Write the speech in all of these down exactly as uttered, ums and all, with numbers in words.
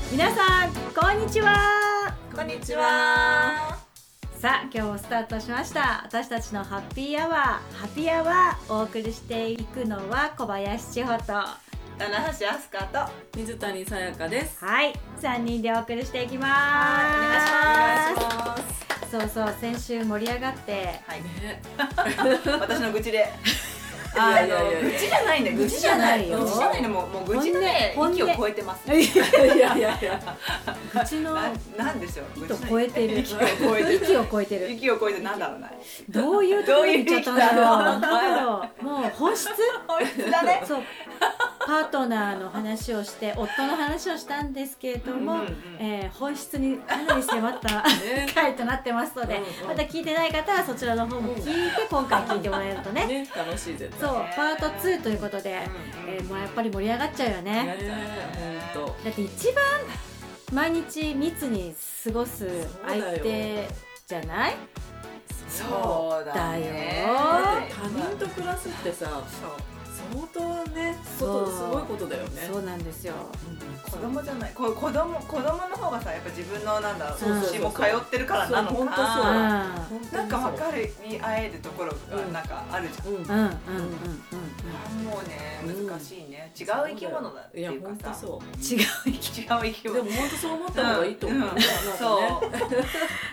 皆さんこんにちは。 こんにちは。 さあ今日もスタートしました。私たちのハッピーアワーハッピーアワーお送りしていくのは小林千穂と棚橋飛鳥と水谷さやかです。 はい、さんにんでお送りしていきます。 はい、お願いします。 そうそう、先週盛り上がってはい、 ね、 私の愚痴であいやいやいや、愚痴じゃないね、愚痴じゃないよ。愚痴じゃないの、もうもう愚痴で息を超えてます。 いやいやいやいや、 愚痴のなんでしょう。 息を超えてる。 息を超えてる。 息を超えてる。 息を超えてなんだろうな。 どういうところに言っちゃったんだろう。なんだろう。もう本質。 本質だね。 そう。パートナーの話をして夫の話をしたんですけれども、うんうんうん、えー、本質にかなり迫った回となってますので、ね、まだ聞いてない方はそちらの方も聞いて今回聞いてもらえるとね、 ね、楽しいですね。 そうパートツーということで、うんうん、えー、もうやっぱり盛り上がっちゃうよね。 ね、本当。だって一番毎日密に過ごす相手じゃない？ そうだよ。 だって他人と暮らすってさ、そう相当ね、すごいことだよね。 そうなんですよ。 子供じゃない、こ子供子供の方がさ、やっぱ自分のなんだろう、私も通ってるからなのか、なんか分かり合えるところがなんかあるじゃん。うんうんうんうん。もうね、難しいね。違う生き物だっていうかさ、そう。違う生き違う生き物。 でも本当そう思った方がいいと思う。 そう。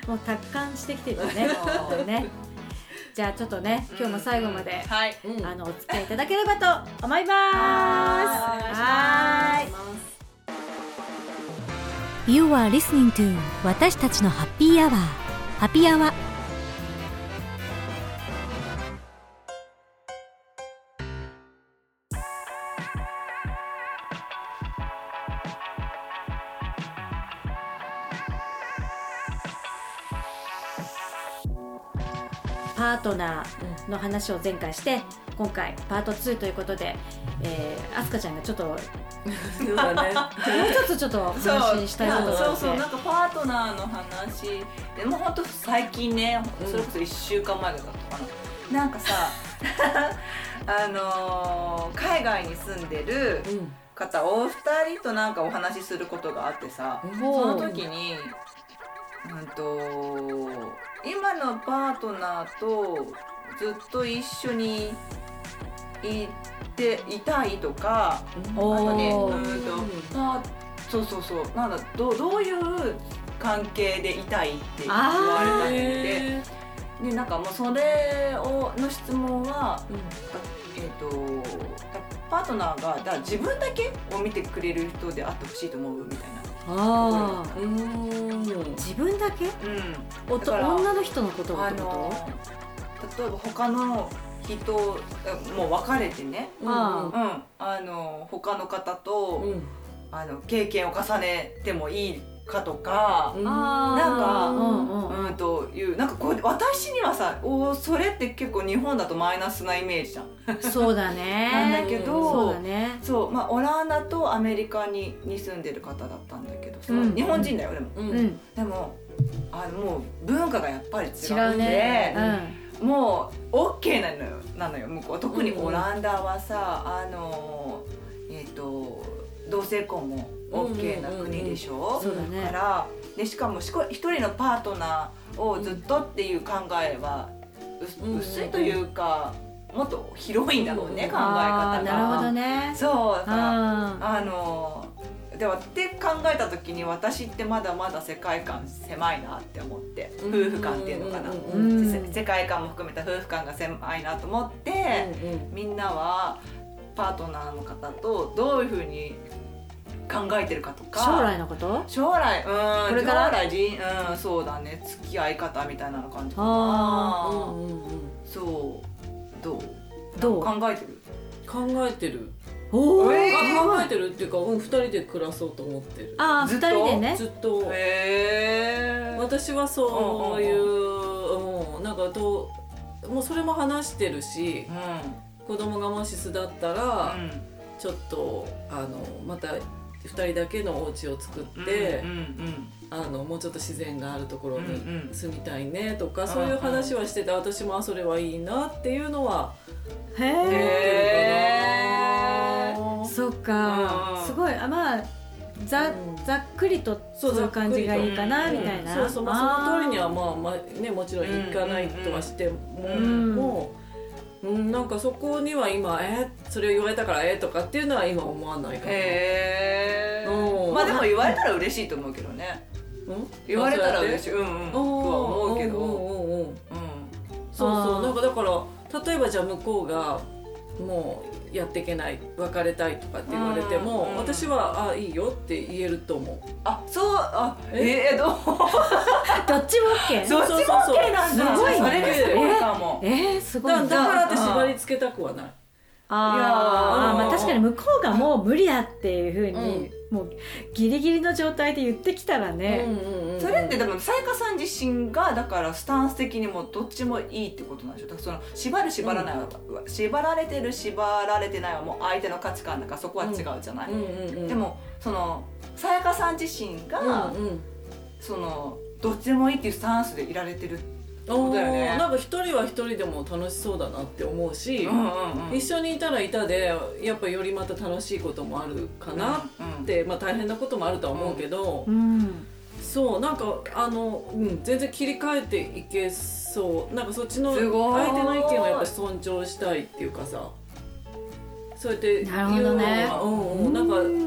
もう達観してきてるよね。ね。じゃあちょっとね、今日も最後まで、 はい、 あのお付き合いいただければと思います。はい。You are listening to 私たちのハッピーアワー、ハッピーアワー。パートナーの話を前回して今回パートツーということで、えー、あすかちゃんがちょっとそうだね、もう一つちょっと話したいことがあって、 そうそう、なんかパートナーの話でも本当最近ね、それこそいっしゅうかんまえだったかな、なんかさあのー、海外に住んでる方、うん、お二人となんかお話しすることがあってさ、うん、その時にうんと今のパートナーとずっと一緒にいていたいとか、あとね、うんとあそうそうそう、なんだどうどういう関係でいたいって言われたりで、でなんかもうそれをの質問は、うん、えっとパートナーがだ自分だけを見てくれる人であってほしいと思うみたいな。 ああ、うん、自分だけ？うん。おと女の人のことがってこと？ 例えば他の人もう別れてね、うん、うん、あの他の方と、うん、あの経験を重ねてもいいかとか、うん、なんか、うんうん、うんというなんかこう私にはさ、おそれって結構日本だとマイナスなイメージじゃん。 そうだね。 なんだけど、 そうだね。 そう、まあオランダとアメリカにに住んでる方だったんだけどさ、うん、日本人だよでも、うん、でもあのもう文化がやっぱり違って、違うね、うん、もう OK なのよ、なのよ向こう。特にオランダはさ、あのえっと同性婚も OK な国でしょ。 そうだね。 からでしかも一人のパートナーをずっとっていう考えは、うん、薄いというか、もっと広いんだろうね、うん、考え方が。 なるほどね。 そうああのでもって考えた時に私ってまだまだ世界観狭いなって思って、夫婦観っていうのかな、うん、世界観も含めた夫婦観が狭いなと思って、うんうん、みんなはパートナーの方とどういうふうに考えてるかとか、 将来のこと？ 将来、うん、 これから将来人、うん、そうだね、付き合い方みたいな感じかな。うんうんうん、そうどう？どう考えてる？ 考えてる。 おえー、考えてるっていうか、うん、ふたりで暮らそうと思ってる。 ああ、ふたりでね。 ずっと。 へー、 私はそういう、うんうん、なんかどうもうそれも話してるし、うん、子供がもし巣だったら、うん、ちょっとあのまたふたりだけのお家を作って、うんうんうん、あのもうちょっと自然があるところに住みたいねとか、うんうん、そういう話はしてて、私もそれはいいなっていうのはへえ、 そっか、すごい。あ、まあざ, ざっくりとそういう感じがいいかなみたいな、 そうそう、まあ、その通りにはまあ、まあね、もちろんいかないとはしても、うん、もう、うん、なんかそこには今えそれを言われたからえとかっていうのは今思わないかな。 へー、まあでも言われたら嬉しいと思うけどね、うん、言われたら嬉しい、うんうんとは思うけど、 そうそう、なんかだから例えばじゃあ向こうがもうやっていけない別れたいとかって言われても、うんうん、私はあいいよって言えると思う。 あ、そう、あ、えー、どうどっちも OK？ どっちも OK なんだ。 すごいね。 それですごいかも。 えー、すごい。 だからって縛り付けたくはない。 あいやあ、まあ、確かに向こうがもう無理だっていうふうに、うん、もうギリギリの状態で言ってきたらね、うんうんうん、それってでもさやかさん自身がだからスタンス的にもどっちもいいってことなんでしょ。だからその縛る縛らないは、うん、縛られてる縛られてないはもう相手の価値観だからそこは違うじゃない、うんうんうんうん、でもそのさやかさん自身が、うんうん、そのどっちでもいいっていうスタンスでいられてるそうだよね、 なんか一人は一人でも楽しそうだなって思うし、うんうんうん、一緒にいたらいたでやっぱよりまた楽しいこともあるかなって、うんうん、まあ大変なこともあるとは思うけど、うんうん、そうなんかあの、うん、全然切り替えていけそう。なんかそっちの相手の意見をやっぱ尊重したいっていうかさ、そうやって言うのは、うんうん、なんか、うん、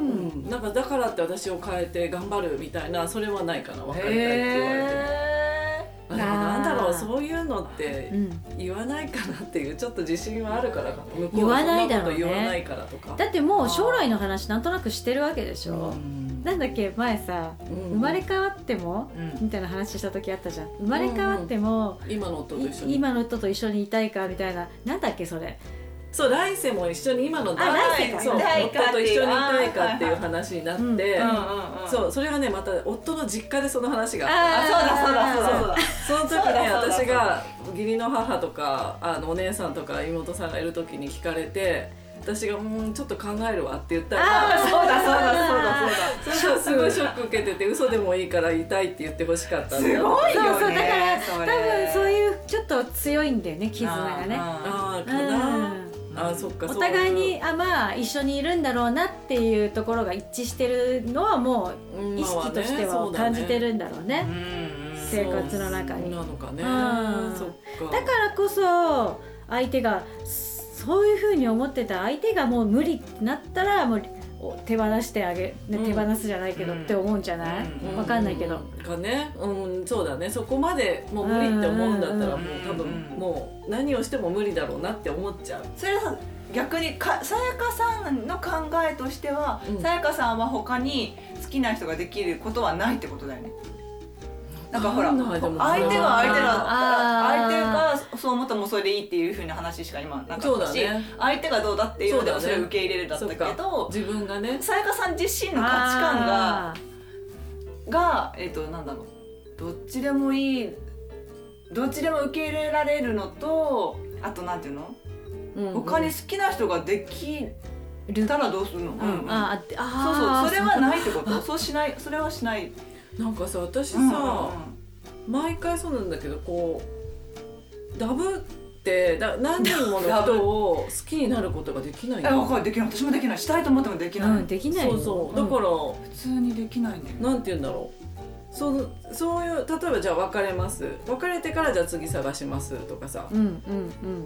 なんかだからって私を変えて頑張るみたいなそれはないかな。別れたいって言われて。あなんだろう、そういうのって言わないかなっていうちょっと自信はあるからかな。向こうがそんなこと言わないからとか。 だってもう将来の話なんとなくしてるわけでしょ。なんだっけ前さ、うん、生まれ変わっても、うん、みたいな話した時あったじゃん。生まれ変わっても、 うん、今の夫と一緒に今の夫と一緒にいたいかみたいな。なんだっけそれ。 そう来世も一緒に今の来世そう夫と一緒にいたいかっていう話になって、そうそれがねまた夫の実家でその話があって、 あそうだそうだそうだその時ね私が義理の母とかあのお姉さんとか妹さんがいる時に聞かれて、私がうんちょっと考えるわって言ったら、 あそうだそうだそうだそうだそうだすごいショック受けてて、嘘でもいいからいたいって言ってほしかったんだ。 すごいよね。 そうそうだから多分そういうちょっと強いんだよね絆がね。 ああかな。あそっかお互いにあまあ一緒にいるんだろうなっていうところが一致してるのはもう意識としては感じてるんだろうね、生活の中に。 なのかね。そっか。 だからこそ相手がそういうふうに思ってた相手がもう無理ってなったらもう手放してあげ、ね、手放すじゃないけど、うん、って思うんじゃない？うん、分かんないけど。 かね、うん、そうだね。そこまでもう無理って思うんだったらもう多分もう何をしても無理だろうなって思っちゃう。 それは逆にかさやかさんの考えとしては、うん、さやかさんは他に好きな人ができることはないってことだよね。なんかほら相手が相手だったら相手がそう思ったらもうそれでいいっていう風な話しか今なかったし、そうだね、相手がどうだっていうのでもそれを受け入れるだったけど、 自分がねさやかさん自身の価値観ががえっとなんだろう、どっちでもいいどっちでも受け入れられるのと、あとなんていうの、うんうん、他に好きな人ができたらどうするの、うんうん、ああそうそうそれはないってこと？そうしない、それはしない。 なんかさ私さ、うんうん、毎回そうなんだけどこうダブってだ何人もの人を好きになることができないんだ。 分かる、できない。私もできない。したいと思ってもできない、うん、 できない。 そうそうだから、うん、 普通にできないんだよ。 なんて言うんだろう、そうそういう例えばじゃあ別れます別れてからじゃあ次探しますとかさ、うんうんうん、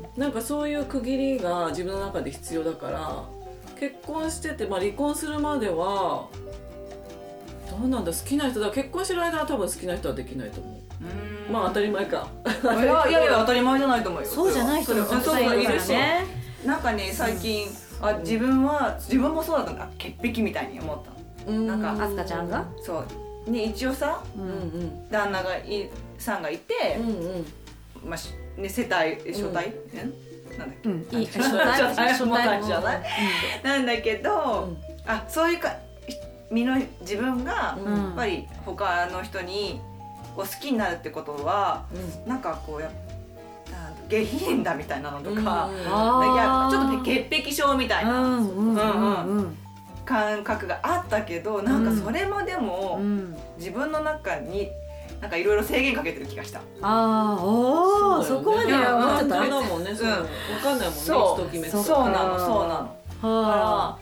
なんかそういう区切りが自分の中で必要だから、結婚してて、まあ、離婚するまではどうなんだ、好きな人だ、結婚してる間は多分好きな人はできないと思う。うーん、まあ当たり前か。 いやいやいや当たり前じゃないと思うよ。 そうじゃない人もたくさんいるからね。 なんかね最近、うん、あ自分は自分もそうだったんだ、潔癖みたいに思った。 うん、なんかあすかちゃんがそうに一応さ、うんうん、旦那がいさんがいて、うんうんまあね、世帯初帯、うん、なんだっけ、うん、いい初帯初帯じゃない、うん、なんだけど、うん、あそういうか身の自分がやっぱり他の人にを好きになるってことは、うん、なんかこうや下品だみたいなのとか、うん、いやちょっと、ね、潔癖症みたいな感覚があったけど、なんかそれもでも、うん、自分の中になんかいろいろ制限かけてる気がした。 あーおー そ,、ね、そこまではちょっとあれだもんね、うん、分かんないもんね、一ときめく。 そうなのそうなの。だから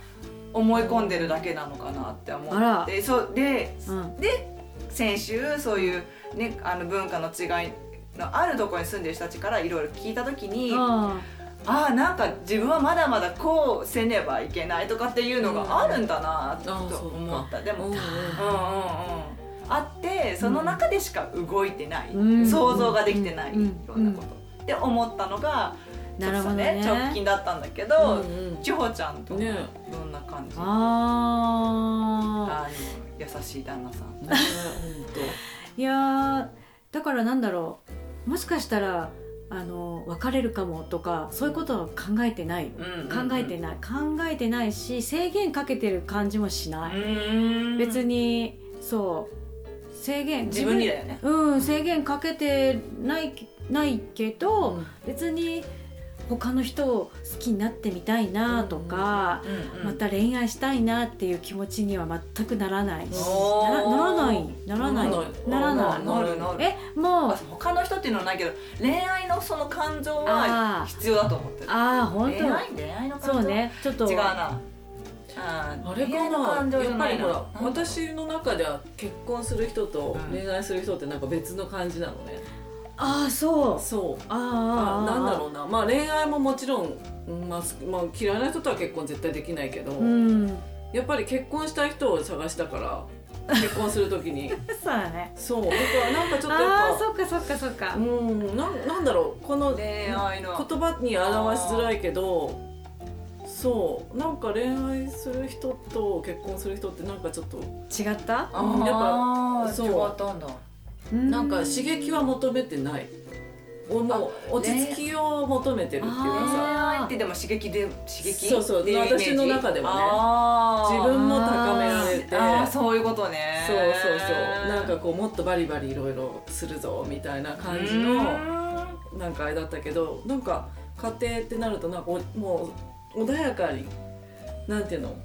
思い込んでるだけなのかなって思ってそうで、うん、で先週そういう、ね、あの文化の違いのあるところに住んでる人たちからいろいろ聞いた時に、うん、ああなんか自分はまだまだこうせねばいけないとかっていうのがあるんだなと思った、うん、でも、うんうんうん、あってその中でしか動いてない、うん、想像ができてない、うん、いろんなこと、うん、って思ったのがちょっとね、直近だったんだけど、うんうん、千穂ちゃんとどんな感じ、ね、ああ優しい旦那さんいやだからなんだろうもしかしたらあの別れるかもとかそういうことは考えてない、うんうんうん、考えてない考えてないし制限かけてる感じもしない、うん別にそう制限自分にだよねうん制限かけてないないけど、うん、別に他の人を好きになってみたいなとか、うんうん、また恋愛したいなっていう気持ちには全くならないし な, ならないならないならないなるなるえもう他の人っていうのはないけど恋愛のその感情は必要だと思ってるああ本当恋愛恋愛の感情そうねちょっと違うなあれかなやっぱりほら私の中では結婚する人と恋愛する人ってなんか別の感じなのね、 ああそうそうああなんだろうなまあ恋愛ももちろん、まあまあ、嫌いな人とは結婚絶対できないけど、うん、やっぱり結婚したい人を探したから結婚するときにそうだねそうだからなんかちょっとやっぱああそっかそっかそっかうんな、なんだろうこの恋愛の言葉に表しづらいけどそうなんか恋愛する人と結婚する人ってなんかちょっと違ったあ、うん、やっぱそう違ったんだなんか刺激は求めてないもう落ち着きを求めてるっていうかさ恋愛ってでも刺激で刺激そうそう私の中ではね自分も高められてあそういうことねそうそうそうなんかこうもっとバリバリいろいろするぞみたいな感じのなんかあれだったけどなんか家庭ってなるとなんかもう穏やかになんていうの、うん、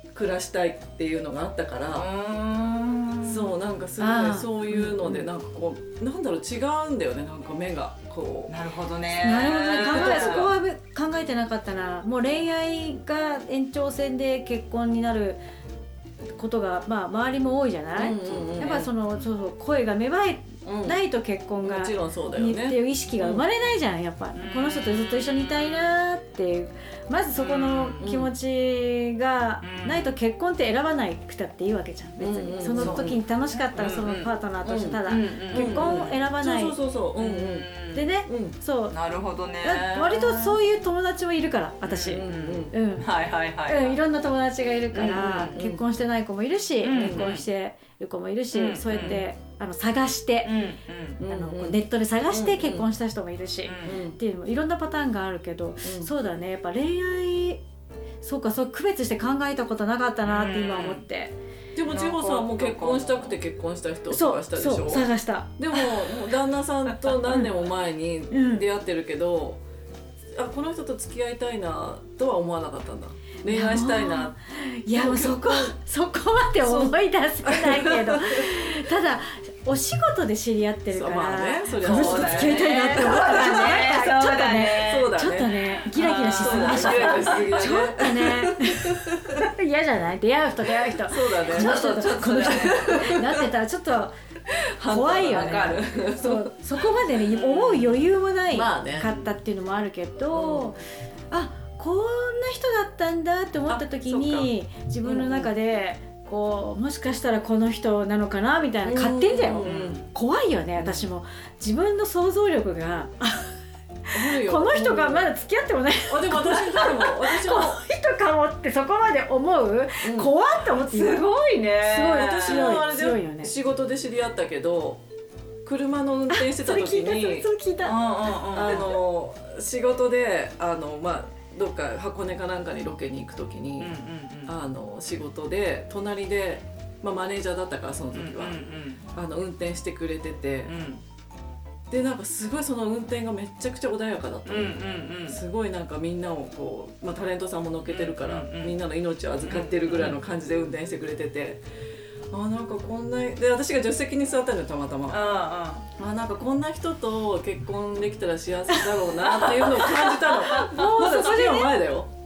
暮らしたいっていうのがあったからそうなんかすごいそういうのでなんかこうなんだろう違うんだよねなんか目がこうなるほどねなるほどね考えそこは考えてなかったなもう恋愛が延長線で結婚になることがまあ周りも多いじゃない、うんうんうん、やっぱそのそうそう声が芽生えないと結婚が、 うん、もちろんそうだよねっていう意識が生まれないじゃんやっぱ、うん、この人とずっと一緒にいたいなっていうまずそこの気持ちがないと結婚って選ばないくたっていいわけじゃん別に、うんうん、その時に楽しかったらそのパートナーとしてただ、うんうん、結婚を選ばないそうそうそうそう、うんうん、 でね、 うん、 そうなるほどね割とそういう友達もいるから私、うんうんうん、はいはいはい、はいうん、いろんな友達がいるから、うんうん、結婚してない子もいるし、うんうん、結婚してる子もいるし、うんうん、そうやってあの探して、うんうん、あのネットで探して結婚した人もいるし、うんうん、っていうのもいろんなパターンがあるけど、うん、そうだねやっぱ恋愛そうかそう区別して考えたことなかったなって今思って、 うん、でも千穂さんも結婚したくて結婚した人を探したでしょ。 そうそう探したでも旦那さんと何年も前に出会ってるけど、うん、あこの人と付き合いたいなとは思わなかったんだ恋愛したいな。 いやもうそこそこまで思い出せないけどただお仕事で知り合ってるから、まあね、それはそうだよね、付き合いたいなって思ったらねちょっとねそうだねちょっとねギラギラしすぎでしょ、ね、ちょっとね嫌じゃない出会う人出会う人そうだねちょっとちょっとなってたらちょっと怖いよねそうそこまでね思う余裕もないかったっていうのもあるけど、まあね、あこんな人だったんだって思った時に自分の中でこうもしかしたらこの人なのかなみたいな勝手にだよ、うん、怖いよね私も自分の想像力がこの人がまだ付き合ってもないあでも私でも私もこの人かもってそこまで思う、うん、怖って思ってすごいねすごい私もあれで、ね、仕事で知り合ったけど車の運転してた時にそれ聞いたあの仕事であのまあどっか箱根かなんかにロケに行くときに、うんうんうん、あの仕事で隣で、まあ、マネージャーだったからその時は、うんうんうん、あの運転してくれてて、うん、でなんかすごいその運転がめちゃくちゃ穏やかだったの、うんうんうん、すごいなんかみんなをこう、まあ、タレントさんも乗っけてるから、うんうんうん、みんなの命を預かってるぐらいの感じで運転してくれてて、あなんかこんなで私が助手席に座ったのよたまたまああなんかこんな人と結婚できたら幸せだろうなっていうのを感じたのまだ付き合う前だよ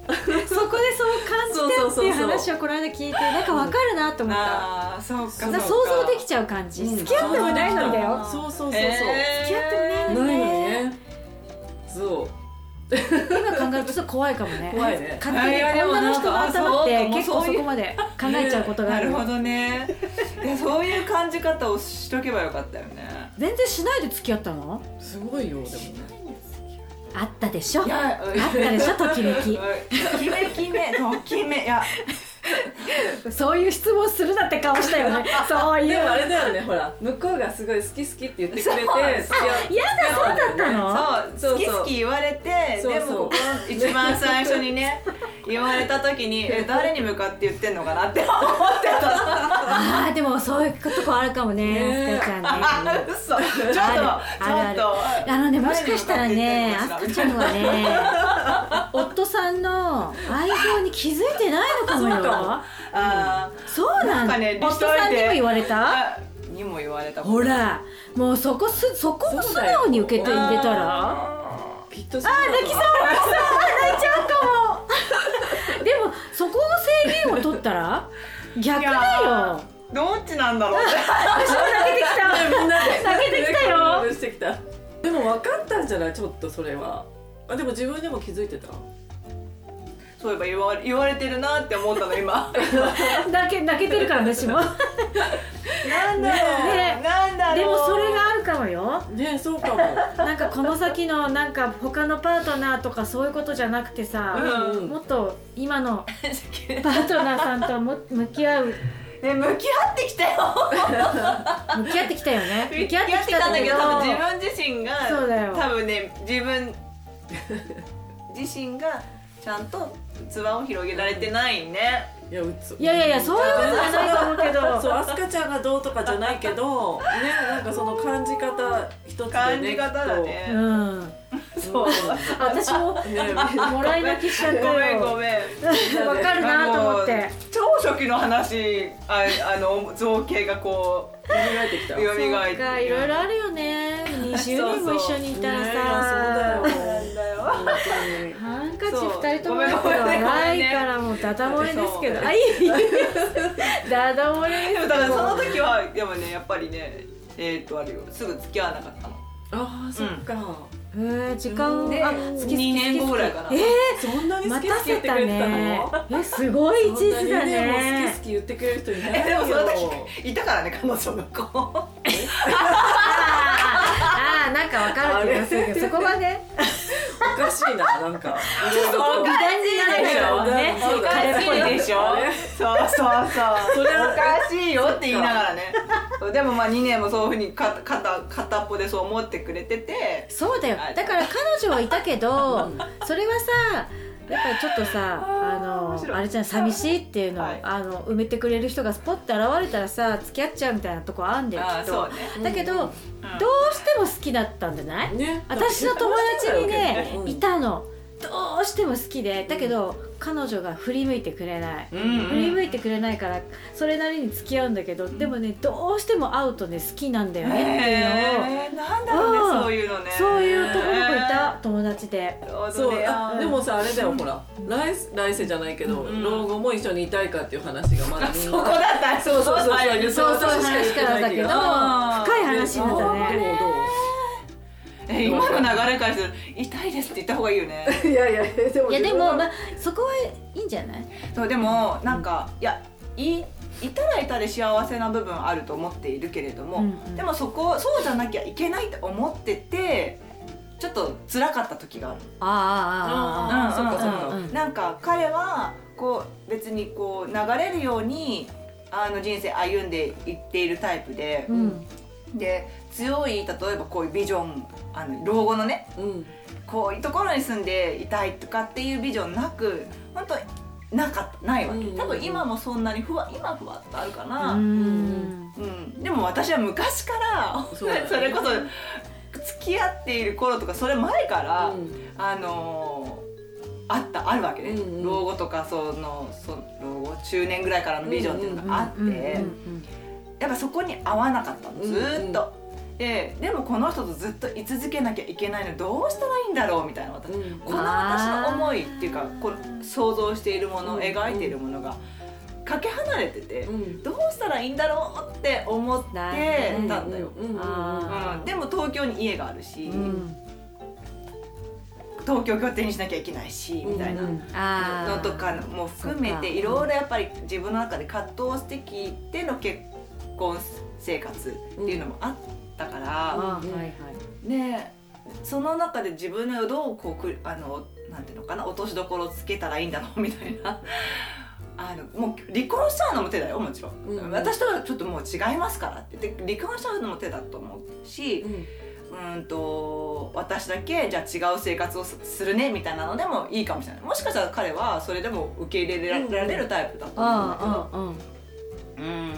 そこでそう感じてっていう話をこの間聞いてなんか分かるなと思った。 ああそうかそうか。 想像できちゃう感じ、うん、付き合ってもないのにだよ。 そうそうそうそう、 えー、付き合ってもないのにね。 そう今考えるとちょっと怖いかもね。 怖いね。 勝手に女の人の頭って結構そこまで考えちゃうことがある。 なるほどね。いやそういう感じ方をしとけばよかったよね。 全然しないで付き合ったの？ すごいよでもね。 あったでしょ。 いやあったでしょときめき。 ときめきめときめいや。 そういう質問するなって顔したよね。そういう。 でもあれだよね、ほら向こうがすごい好き好きって言ってくれて付き合う。 いやだそうだったの？そう、好き好き言われて、 そうそうでもここの一番最初にね言われた時にえ誰に向かって言ってんのかなって思ってた。 ああでもそういうとこあるかもね、あすかちゃんね。 嘘。ちょっとちょっとあのねもしかしたらねあすかちゃんはね夫さんの愛情に気づいてないのかもよ。 あそうなんだ。夫さんにも言われた？ にも言われた。 ほらもうそこすそこを素直に受けて入れたらきっと。あ泣きそう泣きそう泣いちゃうかも。でもそこの制限を取ったら逆だよ。 どっちなんだろうって私も泣けてきた。 みんなで泣けてきたよ。 してきた。でも分かったんじゃない？ちょっとそれは。あでも自分でも気づいてた。 そういえば言われ、言われてるなって思ったの今。 泣け泣けてるから私も。 なんだろう、ね、なんだろう。 でもそれがあるかもよ。 ねそうかも。 なんかこの先のなんか他のパートナーとかそういうことじゃなくてさ、うんうん、もっと今のパートナーさんとも向き合う。 ね、向き合ってきたよ。 向き合ってきたよね。 向き合ってきたんだけど、多分自分自身がそうだよ。 多分ね自分自身がちゃんと器を広げられてないね。 いや、うついやいやいやそういうことじゃないと思うけど。 そう、あすかちゃんがどうとかじゃないけどね、なんかその感じ方一つでね。 感じ方だね。 うん。そう。私ももらい泣きしちゃったよ。 ごめんごめん。 わかるなと思って。 超初期の話、ああの造形がこう蘇ってきた。蘇って。 そうか、いろいろあるよね。にじゅうねんも一緒にいたらさ。 そうだよ。 ハンカチ二人ともだけどないからもうダダ漏れですけど。あいい。ダダ漏れですけど。 だからその時はでもねやっぱりねえっとあるよすぐ付き合わなかったの。 ああそっか。 へえ時間でにねんごぐらいかな。 えーそんなに好き好き言ってくれてたの？ えすごい一途だね。 好き好き言ってくれる人いないよ。 でもその時いたからね彼女の子。 ああなんかわかる気がするけどそこまでおかしいななんか。 そう美談になるでしょね。 おかしいでしょ。そうそうそう。それおかしいよって言いながらね。でもまあにねんもそういうふうに片片っぽでそう思ってくれてて。 そうだよ。だから彼女はいたけどそれはさ。やっぱりちょっとさあのあれじゃん寂しいっていうのを、はい、あの埋めてくれる人がスポッて現れたらさ付き合っちゃうみたいなとこあるんだよきっと、ね、だけど、うん、どうしても好きだったんじゃない、ね、私の友達にね、うん、いたのどうしても好きでだけど、うん、彼女が振り向いてくれない、うんうん、振り向いてくれないからそれなりに付き合うんだけど、うん、でもねどうしても会うとね好きなんだよねっていうのを、 えー、なんだろうね、うん、そういうのねそういう男の子いた友達でそうでもさあれだよほら来, 来世じゃないけど、うん、老後も一緒にいたいかっていう話がまだみんなそこだったそうそうそうそうそうそう話からだけど深い話になったねえ今の流れからする痛いですって言った方がいいよね。 いやいやでもいやでも、まあ、そこはいいんじゃない。 そうでもなんか、うん、いやいいたらいたで幸せな部分あると思っているけれども、うんうん、でもそこそうじゃなきゃいけないと思っててちょっと辛かった時がある。 ああそうかそうか。なんか彼はこう別にこう流れるようにあの人生歩んでいっているタイプで。うんで強い例えばこういうビジョンあの老後のね、うん、こういうところに住んでいたいとかっていうビジョンなく本当なかったないわけ、うん、多分今もそんなにふわ今ふわっとあるかな、うんうん、でも私は昔からそれこそ付き合っている頃とかそれ前から、うん、あのー、あったあるわけね、うんうん、老後とかそのそ老後中年ぐらいからのビジョンっていうのがあってやっぱそこに合わなかったのずーっと、うんうん、 ででもこの人とずっと居続けなきゃいけないのどうしたらいいんだろうみたいな、私、うん、この私の思いっていうかこの想像しているもの、うん、描いているものがかけ離れてて、うん、どうしたらいいんだろうって思ってたんだよ。でも東京に家があるし、うん、東京拠点にしなきゃいけないし、うん、みたいなのとかも含めていろいろやっぱり自分の中で葛藤してきての結婚生活っていうのもあったから、でその中で自分のどうこうくあのなんていうのかな落としどころをつけたらいいんだろうみたいなあのもう離婚しちゃうのも手だよもちろん、うんうん、私とはちょっともう違いますからって言って離婚しちゃうのも手だと思うし、うん、うんと私だけじゃあ違う生活をするねみたいなのでもいいかもしれない。もしかしたら彼はそれでも受け入れられるタイプだと思うんだけど、うんうんうん、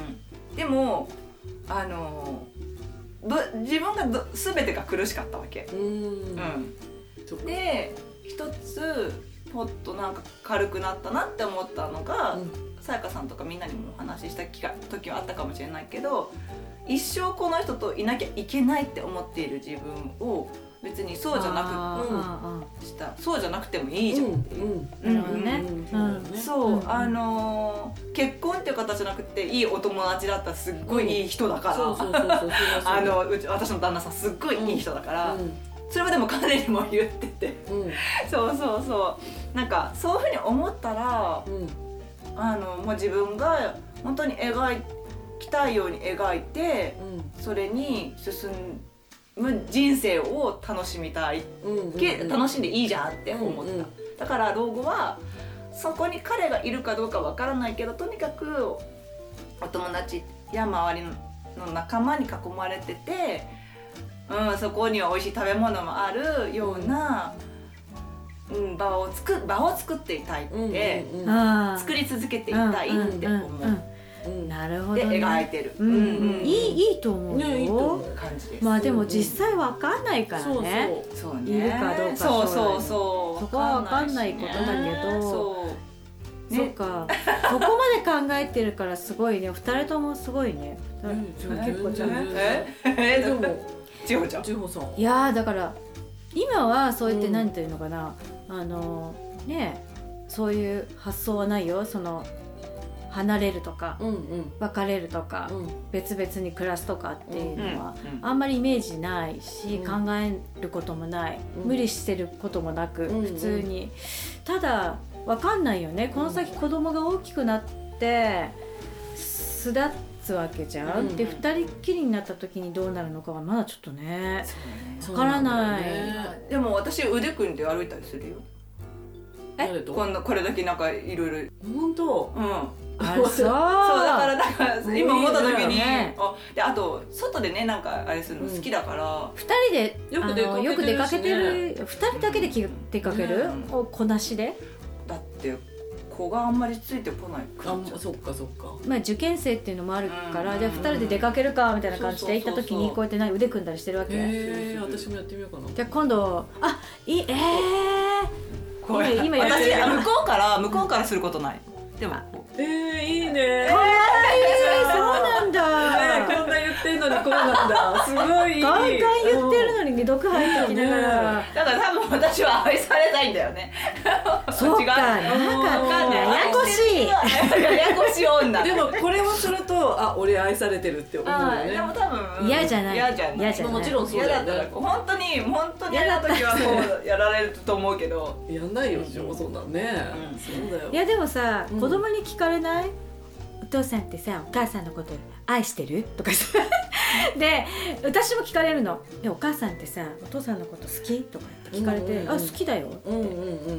でもあのど自分がど全てが苦しかったわけ、うんうん、で一つポッとなんか軽くなったなって思ったのが、さやかさんとかみんなにもお話しした時はあったかもしれないけど、一生この人といなきゃいけないって思っている自分を別にそうじゃなくしたそうじゃなくてもいいじゃんっていう。そう、あのー、結婚っていう形じゃなくていいお友達だったらすっごいいい人だから、あの私の旦那さんすっごいいい人だから。うんうんそれはでも彼にも言ってて、うん、そうそうそうなんかそういうふうに思ったら、うん、あのもう自分が本当に描きたいように描いて、うん、それに進む人生を楽しみたい、うんうんうん、楽しんでいいじゃんって思った、うんうん、だから老後はそこに彼がいるかどうかわからないけどとにかくお友達や周りの仲間に囲まれててうん、そこには美味しい食べ物もあるような、うんうん、場を作場を作っていたいって、うんうんうん、作り続けていたいって思う、うんうんうん、なるほど、ね、 で描いてる、 うんうんうん、いいいいと思うよ、 ね、いいと思う感じです。 まあでも実際わかんないからね、 そうそうそうねいるかどうかそうそうそうそこはわかんないことだけど、そうね、そうかそこまで考えてるからすごいねふたりともすごいね、うん、結構ちゃんとええでも千穂ちゃん、千穂さん。いやーだから今はそうやって何ていうのかな、うん、あのねそういう発想はないよ。その離れるとか、うんうん、別れるとか、うん、別々に暮らすとかっていうのは、うんうん、あんまりイメージないし、うん、考えることもない、うん、無理してることもなく、うん、普通に、うん、ただ分かんないよね。この先子供が大きくなって巣立ってつわけじゃん、うんうん、でふたりっきりになった時にどうなるのかはまだちょっとねわからない、ね、 でも私腕組んで歩いたりするよ。えこんなこれだけなんかいろいろ本当うんあそうそうだからだから今思った時に、ね、あであと外でねなんかあれするの好きだから、うん、 ふたりでよく出かけてるし、ね、よく出かけてるふたりだけで出かける、うん、おこなしでだって子があんまりついてこないあそっかそっか、 まあ、受験生っていうのもあるから、うん、じゃあふたりで出かけるかみたいな感じで行った時にこうやって腕組んだりしてるわけ。 へー私もやってみようかな。 じゃあ今度あいいえーこれ今やってる私向こうから向こうからすることない。でもえー、いいねかわいいそうなんだ、 ね、こんな言ってんのにこうなんだすごいガンガン言ってるのに未読入ってきながらだから多分私は愛されないんだよねそうかなんかややこしいややこしい女でもこれをするとあ俺愛されてるって思うよね。 でも多分嫌じゃない嫌じゃない嫌じゃないもちろんそうだよね。 本当に本当に嫌な時はそうやられると思うけどやんないよでもそんなんね、うん、そうだよ。 いやでもさ、うん、子供に聞かれない？お父さんってさお母さんのこと愛してる？とかさで私も聞かれるの。えお母さんってさお父さんのこと好き？とかって聞かれて、うんうんうん、あ好きだよって、うんうんうん、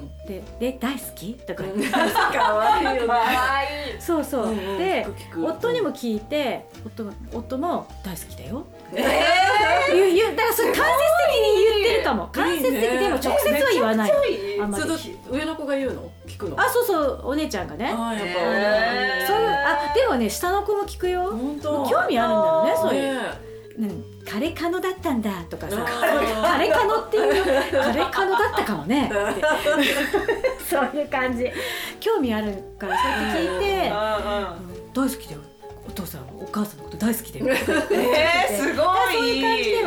で, で大好き？とか言ってかわいいよね。かわいいそうそう、うんうん、で夫にも聞いて 夫, 夫も大好きだよえー、言う言うだからそれ間接的に言ってるかも。間接的でも直接は言わない。 あんまり上の子が言うの聞くの？ あそうそうお姉ちゃんがね。あやっぱ、えー、そうあでもね下の子も聞くよ。本当興味あるんだよねそういう、うん、カレカノだったんだとかさカレカノっていうカレカノだったかもねそういう感じ興味あるからそうやって聞いて、うん、大好きだよお父さんお母さんのこと大好きだよえー、すごいそういう感じで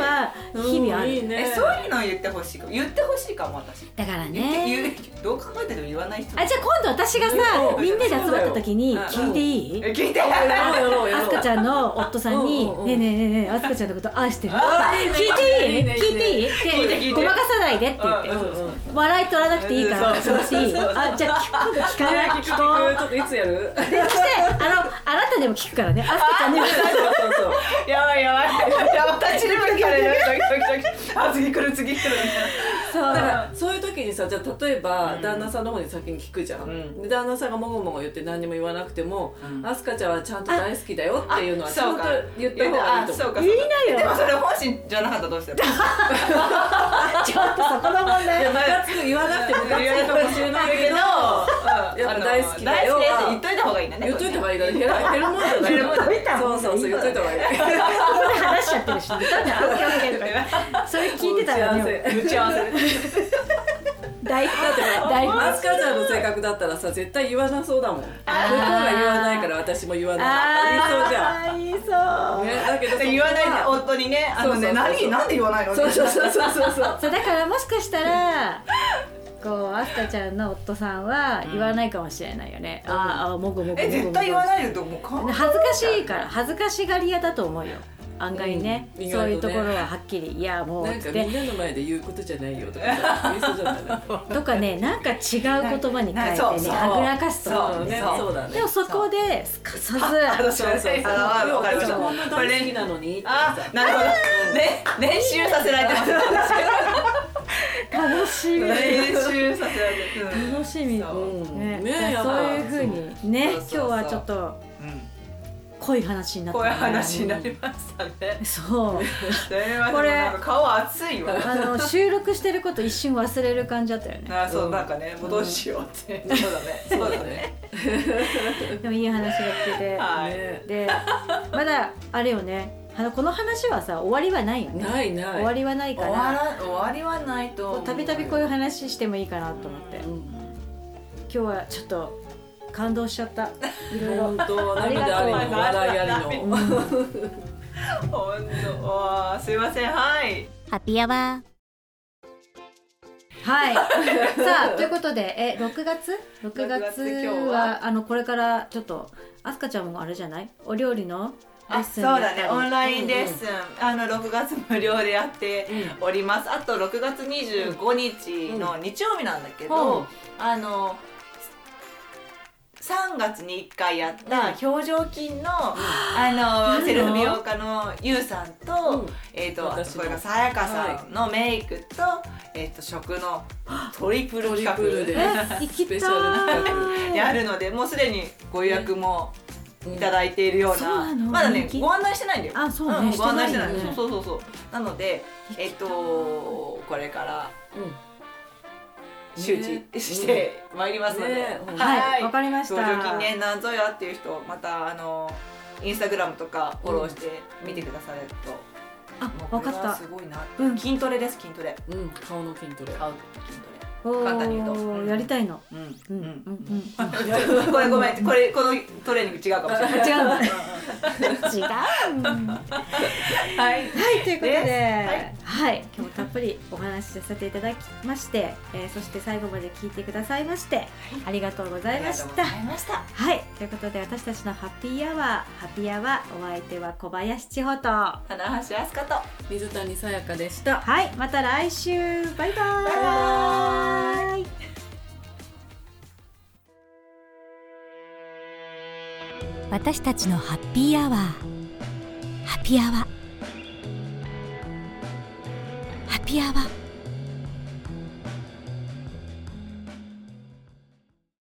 日々ある、 いいね、 えそういうのを言ってほしいかも、言ってほしいかも私。 だから言ってね言うどう考えても言わない人。 あじゃあ今度私がさうんみんなで集まった時に聞いていい？ え聞いて。 やろうやろうやろうあすかちゃんの夫さんにうんうんうんねえねえねえねえあすかちゃんのこと愛してる？ あ聞いていい？ いいね聞いていい？ 聞いて聞いてでごまかさないでって言ってうんうんうん笑い取らなくていいからそうそうしていい？あじゃあ今度聞かない聞聞こうくちょっといつやる？ でそしてあのあなたでも聞くからねあすかちゃんにもそうそうそうやばいやばい。やばい。私にも聞かれる。あ次来る次来るみたいな。 そうだからそういう時にさ、じゃあ例えば、 うん旦那さんの方に先に聞くじゃん、 うんで旦那さんがもごもご言って何にも言わなくても、 うんあすかちゃんはちゃんと大好きだよっていうのはちゃんとあそうか言った方がいいと思う。 あそうか言いなよでもそれ本心じゃなかったらどうしたらちょっとそこの問いや題ムカつく言わなくてムカつくかもしれないけどやっぱ大好きだよ大好きですって言っといた方がいいんだね。 言っといた方がいいから減る減るもんじゃない減るもんじゃないそうそうそう言っといた方がいいここで話しちゃってるし、だってあオッケーオッケーとか言ってそれ聞いてたらね、 打ち合わせ大だって大アスカちゃんの性格だったらさ絶対言わなそうだもん。向こうが言わないから私も言わないって言いそうじゃん。 あー言いそう、 ね、だけど言わないで夫にね、あのね、 そうそうそう何なんで言わないの？ そうそうそうそうそうそうそうだからもしかしたらこうアスカちゃんの夫さんは言わないかもしれないよね、 うんああもぐもぐもぐえ絶対言わないよと思うか。 恥ずかしいから恥ずかしがり屋だと思うよ案外ね、 うんそういうと意外とねころははっきりいやもうなんかつってみんなの前で言うことじゃないよとかさ言いそうじゃないとかねなんか違う言葉に変えてそうそうねはぐらかすと思そううんねそうそうだね。 でもそこですかさず私はそうそうそう。 あわかりました。 こんな大好きなのにってあさ、 なるほど。ね、練習させられてます。 楽しみ練習させられてる。 楽しみ、 そうねねじゃあやばいそういうふうにねそうそうそう今日はちょっとうん濃い話になったねこういう話になりましたね。 そうすいませんこれなんか顔熱いわ。 あの収録してること一瞬忘れる感じだったよねあ、そうなんかね、もうどうしようって。そうだね。そうだね。 でもいい話が聞けて、 はい。 ねでまだあれよねあのこの話はさ終わりはないよねないない。 終わりはないか終わらら終わりはないと思う。 たびたびこういう話してもいいかなと思って、 うん今日はちょっと感動しちゃったいろいろ本当涙ありの笑いありの。 本当わあすいませんはいハッピーアワはいさあということでえろくがつろくがつろくがつ今日ははあのこれからちょっとあすかちゃんもあれじゃないお料理のレッあスそうだンやったりねオンラインレッスン、あのろくがつ無料でやってうおります。あとろくがつにじゅうごにちの日曜日なんだけうんど、あのさんがつにいっかいやった表情筋の、あのセルフ美容家のゆうさんと、 うんえー、とあと私のこれがさやかさんのメイクと,、えー、と食のトリプル企画トリプルでえ行きスペシャル企たいやるので、もうすでにご予約もいただいているようそうなな、 のまだね人気ご案内してないんだよ。 あそうね、 ん、ご案内してないよねそうそうそうそうなのでえっ、とこれからうん周知してまいりますので、 ねうんはいわかりました表情筋ねなんぞやっていう人またあのインスタグラムとかフォローして見てくださると、 あもうこれはわかったすごいな、 うん筋トレです筋トレうん顔の筋トレ。 顔筋トお簡単に言うとーやりたいのレうんうんううんんうんうんこれごめんこれこのトレーニング違うかもしれない違うんだ違うはいはいということで、 ですはい、今日もたっぷりお話しさせていただきまして、えーそして最後まで聞いてくださいましてありがとうございましありた。 がとうございましたはい、ということで私たちのハッピーアワー、ハッピーアワーお相手は小林千穂と、は花橋飛鳥と水谷さやかでした。 い、また来週、バイバイ。 バイバイ私たちのハッピーアワーハッピーアワーハッピーアワー